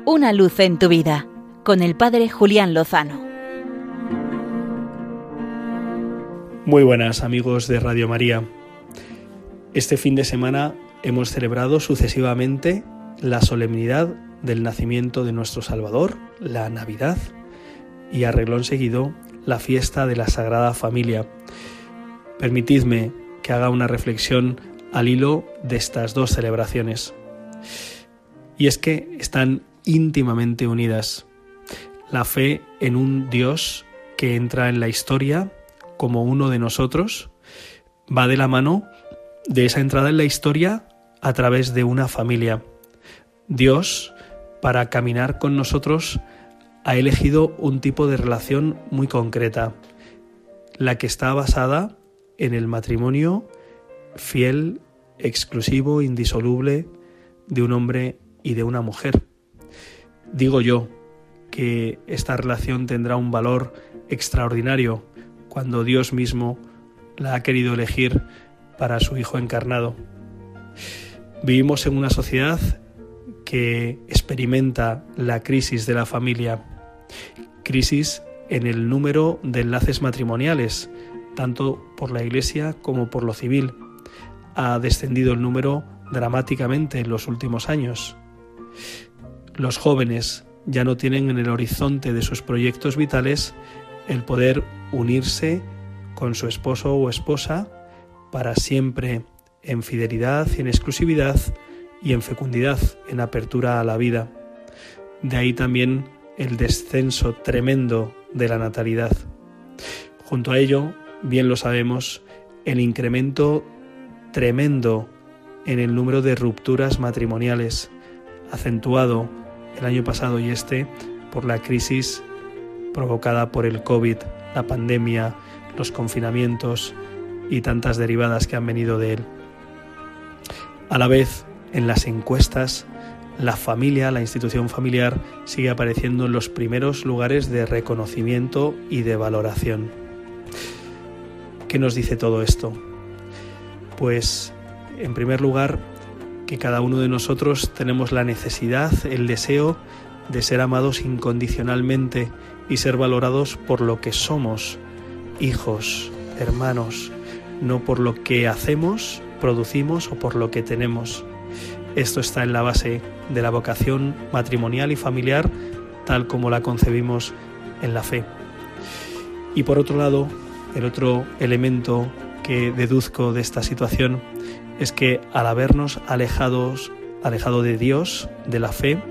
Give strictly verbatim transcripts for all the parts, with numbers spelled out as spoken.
Una luz en tu vida, con el Padre Julián Lozano. Muy buenas, amigos de Radio María. Este fin de semana hemos celebrado sucesivamente la solemnidad del nacimiento de nuestro Salvador, la Navidad, y a reglón seguido la fiesta de la Sagrada Familia. Permitidme que haga una reflexión al hilo de estas dos celebraciones. Y es que están íntimamente unidas. La fe en un Dios que entra en la historia como uno de nosotros va de la mano de esa entrada en la historia a través de una familia. Dios, para caminar con nosotros, ha elegido un tipo de relación muy concreta, la que está basada en el matrimonio fiel, exclusivo, indisoluble de un hombre y de una mujer. Digo yo que esta relación tendrá un valor extraordinario cuando Dios mismo la ha querido elegir para su Hijo encarnado. Vivimos en una sociedad que experimenta la crisis de la familia, crisis en el número de enlaces matrimoniales, tanto por la Iglesia como por lo civil. Ha descendido el número dramáticamente en los últimos años. Los jóvenes ya no tienen en el horizonte de sus proyectos vitales el poder unirse con su esposo o esposa para siempre en fidelidad y en exclusividad y en fecundidad, en apertura a la vida. De ahí también el descenso tremendo de la natalidad. Junto a ello, bien lo sabemos, el incremento tremendo en el número de rupturas matrimoniales, acentuado el año pasado y este por la crisis provocada por el COVID, la pandemia, los confinamientos y tantas derivadas que han venido de él. A la vez, en las encuestas, la familia, la institución familiar, sigue apareciendo en los primeros lugares de reconocimiento y de valoración. ¿Qué nos dice todo esto? Pues, en primer lugar, que cada uno de nosotros tenemos la necesidad, el deseo de ser amados incondicionalmente y ser valorados por lo que somos, hijos, hermanos, no por lo que hacemos, producimos o por lo que tenemos. Esto está en la base de la vocación matrimonial y familiar, tal como la concebimos en la fe. Y por otro lado, el otro elemento que deduzco de esta situación es que al habernos alejados, alejado de Dios, de la fe,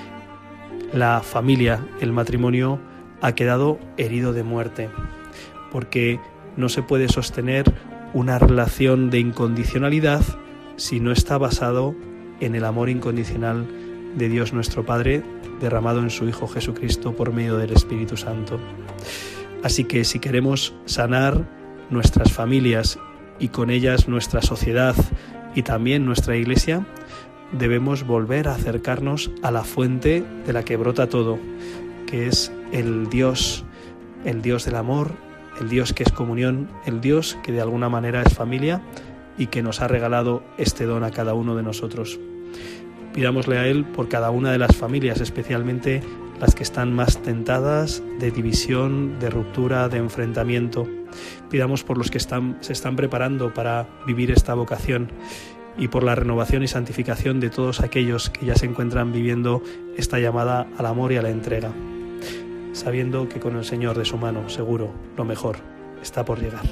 la familia, el matrimonio, ha quedado herido de muerte, porque no se puede sostener una relación de incondicionalidad si no está basado en el amor incondicional de Dios nuestro Padre, derramado en su Hijo Jesucristo por medio del Espíritu Santo. Así que si queremos sanar nuestras familias y con ellas nuestra sociedad y también nuestra Iglesia, debemos volver a acercarnos a la fuente de la que brota todo, que es el Dios, el Dios del amor, el Dios que es comunión, el Dios que de alguna manera es familia y que nos ha regalado este don a cada uno de nosotros. Pidámosle a Él por cada una de las familias, especialmente las que están más tentadas de división, de ruptura, de enfrentamiento. Pidamos por los que están, se están preparando para vivir esta vocación y por la renovación y santificación de todos aquellos que ya se encuentran viviendo esta llamada al amor y a la entrega, sabiendo que con el Señor de su mano, seguro, lo mejor está por llegar.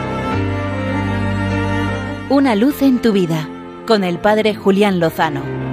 Una luz en tu vida, con el Padre Julián Lozano.